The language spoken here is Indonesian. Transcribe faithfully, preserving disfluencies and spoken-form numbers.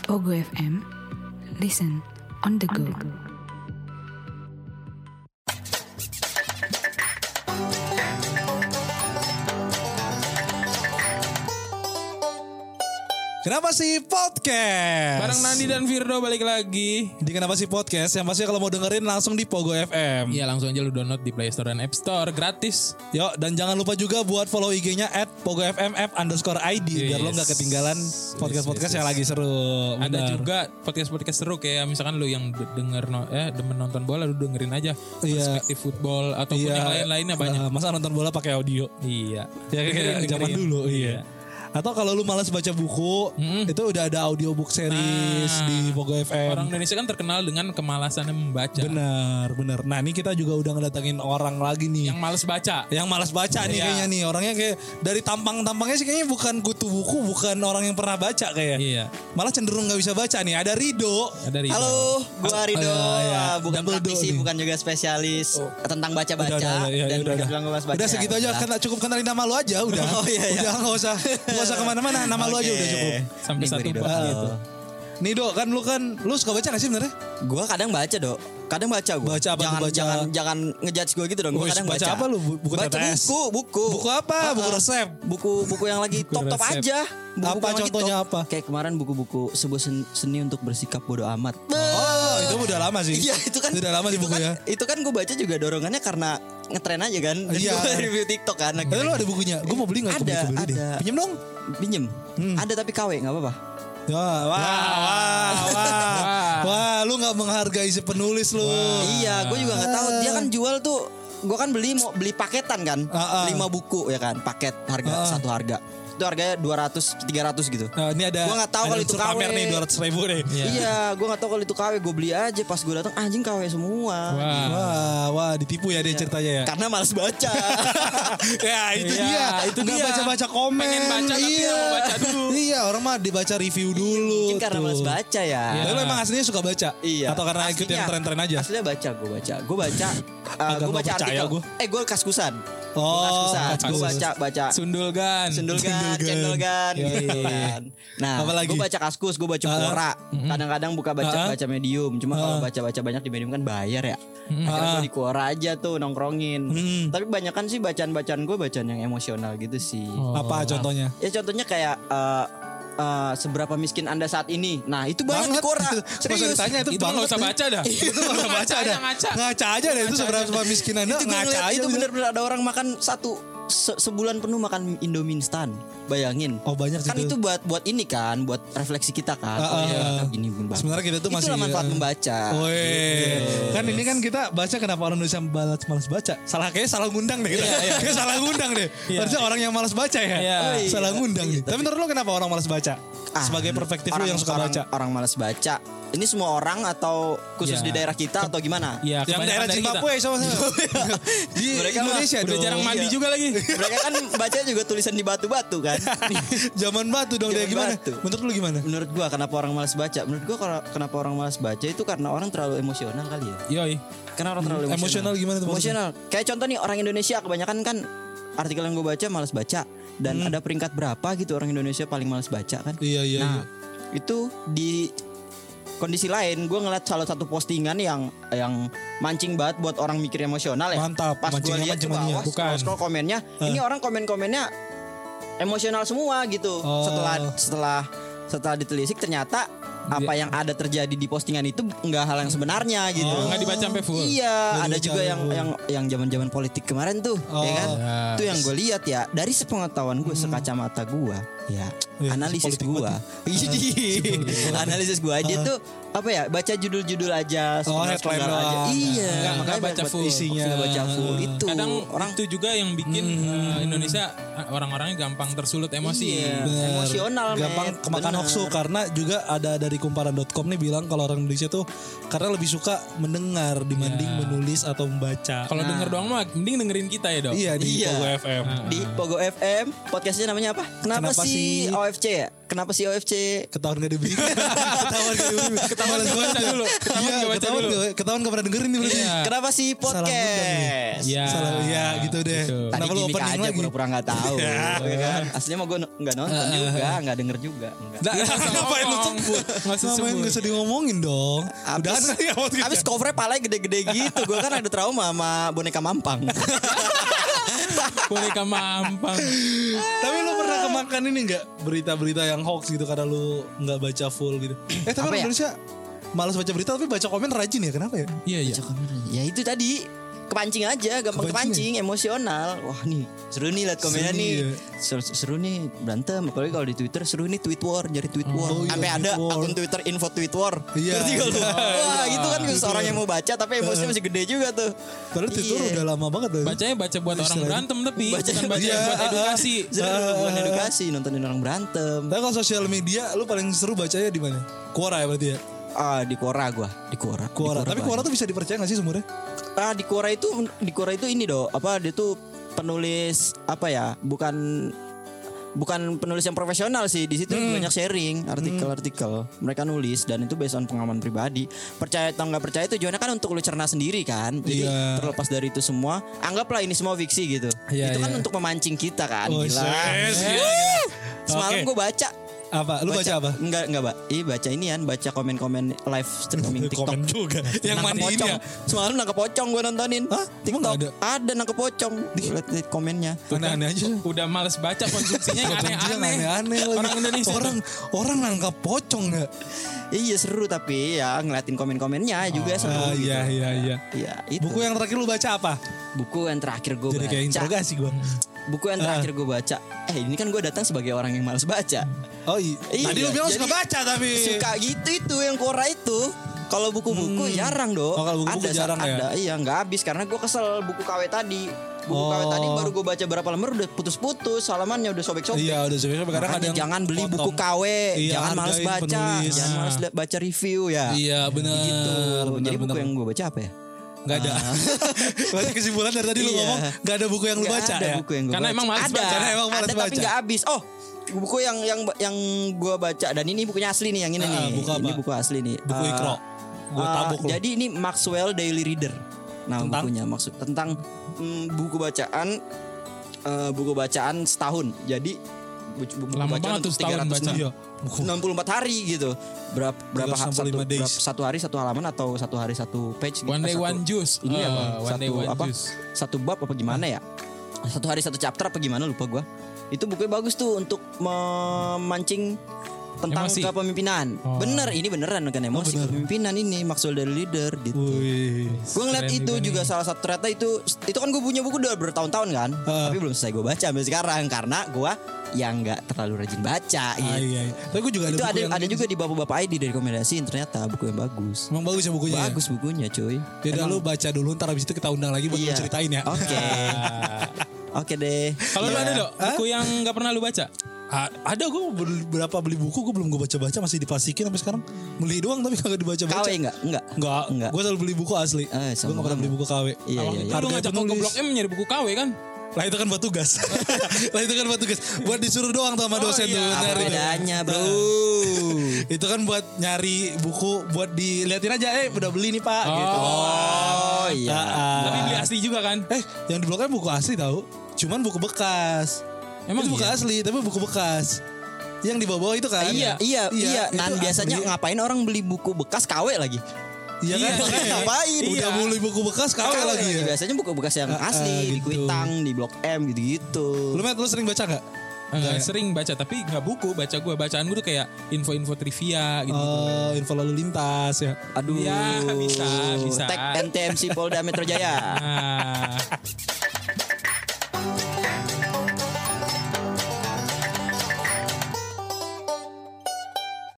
Pogo F M, listen on the go. Kenapa sih podcast? Bareng Nandi dan Firdo balik lagi. Di Kenapa sih podcast? Yang pasti kalau mau dengerin langsung di Pogo F M. Iya, langsung aja lu download di Play Store dan App Store gratis. Yuk, dan jangan lupa juga buat follow I G-nya at Pogo F M F underscore I D biar Yes. lo gak ketinggalan podcast-podcast Yes, yes, yang yes. lagi seru. Ada Benar. juga podcast-podcast seru kayak misalkan lu yang de- denger no, eh demen nonton bola lu dengerin aja. Iya. Perspektif football ataupun Iya. yang lain-lainnya banyak. Uh, masa nonton bola pakai audio? Iya. Ya kayak Dengerin, zaman dengerin. dulu, iya. Atau kalau lu malas baca buku, Mm-mm. itu udah ada audiobook series Nah, di Pogo F M. Orang Indonesia kan terkenal dengan kemalasannya membaca. Benar, benar. Nah, ini kita juga udah ngedatengin orang lagi nih. Yang males baca. Yang malas baca nih Iya. kayaknya nih. Orangnya kayak dari tampang-tampangnya sih kayaknya bukan kutu buku, bukan orang yang pernah baca kayak. Iya. Malah cenderung gak bisa baca nih. Ada Rido. Ada Ridho. Halo, gua Rido. Ah, ya. Ah, bukan Double do praktisi, nih. bukan juga spesialis tentang baca-baca. Udah, udah, udah, ya, dan udah, mereka udah. bilang gua bahas baca. Udah segitu aja, Udah. kena, cukup kenalin nama lu aja udah. Oh, iya, iya. Udah gak usah, gak usah kemana-mana. Nama lu aja Oke. udah cukup. Sampai Nih, gua satu Rido. bab Halo. gitu. Nih Do, kan lu kan, lu suka baca gak sih sebenarnya? Gua kadang baca, Dok. Kadang baca gua. Baca apa tuh, jangan, baca? Jangan jangan ngejudge gua gitu dong. Gua Wih, kadang baca baca. apa lu? Bu- buku baca T T S? buku, buku. Buku apa? Ah, Buku ah. resep? Buku-buku yang lagi Buku top-top resep. aja. Buku-buku Apa yang lagi contohnya top. apa? Kayak kemarin buku-buku sebuah sen- seni untuk bersikap bodoh amat. Oh, itu udah lama sih. Iya, itu kan. Udah lama sih itu bukunya. Kan, itu kan gue baca juga dorongannya karena ngetren aja kan. Dan Iya. gua review TikTok kan. Tapi lu ada bukunya? Gue mau beli gak? Gua Ada, beli- beli deh. ada. Pinjem dong. Pinjem. Hmm. Ada tapi K W enggak apa-apa. Wah, wah, wah, wah, wah, lu nggak menghargai si penulis lu. Iya, gue juga nggak tahu. Dia kan jual tuh. Gue kan beli mau beli paketan kan, Ah, ah. lima buku ya kan, paket harga Ah, ah. satu harga. Itu harganya dua ratus tiga ratus gitu. Nah, ini ada. Gua nggak tahu ada kalau itu unsur K W. pamer nih dua ratus ribu deh. Iya. Iya, gue nggak tahu kalau itu K W. Gue beli aja pas gue datang anjing K W semua. Wah. Wah, wah, ditipu ya dia ceritanya ya. Karena males baca. Ya itu Iya, dia. itu Nggak dia. baca-baca komen. Pengen baca tapi iya. nggak mau baca dulu. Iya, orang mah dibaca review dulu. Mungkin karena tuh. males baca ya. Iya. Tapi lu emang aslinya suka baca? Iya. Atau karena ikut yang Aslinya- tren-tren aja? Aslinya baca, gue baca. Gue baca. uh, Agak gue nggak baca percaya artikel. gua. Eh, gue kaskusan. Oh, Gua kaskusan. kaskus. Gue baca, baca. Sundulgan. Sendulgan, Sendulgan. cendolgan Iya, gitu iya. kan. Nah, Apalagi? gue baca kaskus, gue baca Ah. Quora. Kadang-kadang buka baca Ah. baca medium. Cuma kalau Ah. baca-baca banyak di medium kan bayar ya. Mm. Akhirnya Ah. gue di Quora aja tuh nongkrongin. Hmm. Tapi banyakan sih bacaan-bacaan gue bacaan yang emosional gitu sih. Oh. Apa contohnya? Ya contohnya kayak eh, eh, seberapa miskin Anda saat ini. Nah, itu banyak di Quora. Nggak usah Serius. ditanya itu, Itu banget. nggak usah baca dah. Itu nggak usah baca aja, dah. ngaca. Ngaca aja deh itu seberapa miskin Anda. Itu gue Ngaca ngeliat aja. itu udah. bener-bener ada orang makan satu se- sebulan penuh makan Indomie instan. Bayangin. Oh, banyak sih Kan itu buat buat ini kan, buat refleksi kita kan. Ah, Oh, ah, iya, ah. ini banget. Sebenarnya kita tuh masih Itulah manfaat eh, membaca. Woi, kan ini kan kita baca kenapa orang Indonesia malas malas baca. Salah kayaknya salah ngundang deh kita. Kayak salah ngundang deh. Harusnya orang yang malas baca ya. Iya. Oh, iya. Salah ngundang nih. Iya, Tapi menurut lo kenapa orang malas baca? Ah, Sebagai perspektif lo orang- yang suka orang- baca. Orang malas baca. Ini semua orang atau khusus Iya. di daerah kita atau gimana? Iya, Yang kebanyakan daerah dari kita. Zimbabwe sama di Mereka mah Indonesia Udah dong. jarang mandi Iya. juga lagi. Mereka kan baca juga tulisan di batu-batu kan. Zaman batu dong dia Zaman gimana? batu. Menurut lo gimana? Menurut gua kenapa orang malas baca? Menurut gua kalau kenapa orang malas baca itu karena orang terlalu emosional kali ya. Yoi. Karena orang terlalu emosional. Emosional gimana tuh maksudnya? Emosional. Kayak contoh nih orang Indonesia kebanyakan kan artikel yang gue baca malas baca dan Hmm. ada peringkat berapa gitu orang Indonesia paling malas baca kan? Iya iya. Nah, iya. itu di kondisi lain gue ngeliat salah satu postingan yang yang mancing banget buat orang mikir emosional ya. Mantap, Pas gue mancingnya lihat mancing ke mania. bawah, Bukan. scroll, scroll komennya, ini orang komen-komennya emosional semua gitu. Oh. Setelah setelah setelah ditelisik ternyata apa yang ada terjadi di postingan itu enggak hal yang sebenarnya gitu. Oh, nggak dibaca sampai full. Iya, Nggak ada dibaca juga yang full. yang yang zaman-zaman politik kemarin tuh, Oh. ya kan? Ya. Itu yang gue lihat ya, dari sepengetahuan gue, sekacamata gue, ya, Wih, analisis si politik gue. banget Analisis gue aja tuh apa ya? Baca judul-judul aja, Oh, sepenggal headline aja. doang. Iya, Nggak- nggak makanya baca buat full. isinya. Nggak baca full itu. Kadang orang itu juga yang bikin eh, Indonesia eh, orang-orangnya gampang tersulut emosi. Iya. Bener. Emosional, gampang Met. kemakan Bener. hoax tuh karena juga ada dari kumparan dot com nih bilang kalau orang Indonesia tuh karena lebih suka mendengar dibanding Iya. menulis atau membaca. Kalau Nah. denger doang mah mending dengerin kita ya, Dok. Iya di Iya. Pogo F M. di Pogo F M, podcastnya namanya apa? Kenapa, Kenapa sih? sih Oh O F C ya? Kenapa sih O F C? Ketahuan gak dibeli. Ketahuan gak dibeli. Ketahuan gak baca dulu. Ketahuan gak baca dulu. Ketahuan gak pernah dengerin nih berarti. Iya. Kenapa sih podcast? Iya. Salah ya gitu deh. Gitu. Tadi Kenapa lu gimmick opening aja lagi? pura-pura gak tahu. Ya. Ya kan? Aslinya mah gue gak nonton juga, gak denger juga. Enggak. Nah, ngapain lu sebut? Nggak usah Ngapain sebut. gak usah diomongin dong. Udahan kali ya podcast. Abis covernya palanya gede-gede gitu. Gue kan ada trauma sama boneka mampang. Boneka mampang. Tapi lu pernah kemakan ini gak? Berita-berita yang hoax gitu karena lu gak baca full gitu. Eh tapi Apa orang ya? Indonesia malas baca berita tapi baca komen rajin ya. Kenapa ya? Iya iya. Ya itu tadi. Kepancing aja, gampang Kepancing kepancing, emosional. Wah nih, seru nih liat komennya Seru nih. ya. Seru, seru nih berantem. Apalagi kalau di Twitter seru nih tweet war, nyari tweet war. Oh, iya, Sampai ada tweet war. akun Twitter info tweet war. Iya, Ngerti gak lu? iya, Wah, iya. itu kan Tweet seorang war. yang mau baca tapi emosinya masih gede juga tuh. Padahal Twitter Iya. udah lama banget loh. Bacanya baca buat orang Istilahnya. berantem tapi Baca- bukan baca Iya, buat ah, edukasi. Seru, bukan edukasi, nontonin orang berantem. Tapi kalau sosial media lu paling seru bacanya di mana? Quora ya berarti ya? Ah, di Quora gua, di Quora. Di Quora. Tapi Quora banyak. tuh bisa dipercaya gak sih sebenarnya? Ah, di Quora itu di Quora itu ini doh, apa dia tuh penulis apa ya? Bukan bukan penulis yang profesional sih. Di situ Hmm. banyak sharing artikel-artikel. Mereka nulis dan itu based on pengalaman pribadi. Percaya atau nggak percaya itu tujuannya kan untuk lu cerna sendiri kan. Jadi Iya. terlepas dari itu semua, anggaplah ini semua fiksi gitu. Iya, itu kan iya. untuk memancing kita kan. Oh, Gila. yes, Eh, gila, gila. Semalam Oke. gue baca. Apa? Lu baca, apa? Enggak, enggak, Mbak. Ih, baca ini kan, baca komen-komen live streaming TikTok. Komen juga. Yang Nangkep mandiin pocong. ya? Semalam nangkep pocong gue nontonin. Hah? TikTok. Emang Ada, ada? nangkep pocong. Lihat lihat komennya. Aneh-aneh aja. Udah males baca konsumsinya yang Konsumsi yang aneh-aneh. aneh-aneh lagi. Orang Indonesia. Orang orang nangkap pocong gak? Iya seru tapi ya ngeliatin komen-komennya juga seru Ah, gitu. iya iya iya. Iya, itu. Buku yang terakhir lu baca apa? Buku yang terakhir gue Jadi baca. kayak interogasi gue. Buku yang terakhir gue baca. Eh ini kan gue datang sebagai orang yang malas baca. Oh iya. Iya, Tadi lu bilang jadi suka baca tapi. Suka gitu itu yang Quora itu. Kalau buku-buku jarang dong. Oh, kalau buku-buku ada, jarang ya? ada. Iya nggak habis karena gue kesel buku K W tadi. Buku K W Oh. tadi baru gue baca berapa lembar udah putus-putus, halamannya udah sobek-sobek. Iya udah sebenarnya kadang Makanya ada yang jangan beli potong. buku K W, Iya, jangan males hargain baca, penulis. jangan males liat- baca review ya. Iya benar. Gitu. benar, Jadi buku benar. yang gue baca apa ya? Gak ada. Berarti kesimpulan dari tadi lu Iya. ngomong gak ada buku yang lu Nggak baca ada ya? buku yang gue Karena baca. emang males ada, baca. Karena emang males ada tapi baca. nggak habis. Oh, buku yang yang yang gue baca dan ini bukunya asli nih yang ini Ah, nih. buku apa? Ini buku asli nih. Buku Eh, Iqra. Gua eh, tabok lu. Jadi ini Maxwell Daily Reader. Nah, Tentang? bukunya maksud tentang mm, buku bacaan eh, buku bacaan setahun. Jadi buku, buku Lama bacaan banget tuh untuk setahun tiga ratus baca. Iya. Buku. enam puluh empat hari gitu. Berapa berapa ha- tiga ratus enam puluh satu, lima days. berapa satu hari satu halaman atau satu hari satu page gitu. One day Satu- one juice. Ini Eh, apa? one Satu day one apa? juice. Satu bab apa gimana ya? Satu hari satu chapter apa gimana lupa gua. Itu bukunya bagus tuh untuk memancing tentang Emosi. kepemimpinan. Oh. Bener, ini beneran kan emosi bener. kepemimpinan ini Maxwell Daily Leader gitu. Wih. Gue ngeliat Keren itu juga juga nih. salah satu ternyata itu itu kan gue punya buku udah bertahun-tahun kan, Ah. tapi belum selesai gue baca sampai sekarang karena gue yang nggak terlalu rajin baca. Ah, Gitu. iya, iya. Tapi gue juga ada Itu buku ada yang ada juga di bapak-bapak I D dari rekomendasiin ternyata buku yang bagus. Emang bagus ya bukunya ya? Bagus bukunya cuy. Ya udah Emang- lu baca dulu ntar abis itu kita undang lagi buat lu Iya. ceritain ya. Oke. Oke deh. Kalau lu Iya. ada dok, buku yang nggak pernah lu baca? Ah, ada gue berapa beli buku gue belum gue baca-baca masih diplastikin sampai sekarang. Beli doang tapi kagak K dibaca-baca. W enggak? Enggak. Enggak, Enggak. gue selalu beli buku asli. Eh, gue sama gak pernah beli banget. buku K W. Iya, Kalau iya, itu iya. lu Harga ngajak gua ke penulis. Blok M nyari buku K W kan? Lah itu kan buat tugas. Lah itu kan buat tugas. Buat disuruh doang tuh sama Oh, dosen iya. tuh Apa nyari. bedanya, Bro? Itu kan buat nyari buku buat diliatin aja eh udah beli nih Pak Oh. gitu. Oh iya. Ah, ah. Tapi beli asli juga kan? Eh, yang di Blok M buku asli tahu. Cuman buku bekas. Emang itu buku iya? asli tapi buku bekas. Yang di bawah itu kan. Iya, iya, iya. itu Nan biasanya asli. ngapain orang beli buku bekas K W lagi? Iya kan? Iya, makanya. ngapain? Udah Iya. beli buku bekas K W lagi ya. Biasanya buku bekas yang Ah, ah, asli di gitu. Kuitang, di Blok M gitu-gitu. Lu Matt, lu sering baca gak? Enggak, sering baca tapi nggak buku baca gue bacaan gue tuh kayak info-info trivia gitu. Oh, info lalu lintas ya. Aduh. Ya, bisa, bisa. Tag N T M C Polda Metro Jaya. Nah,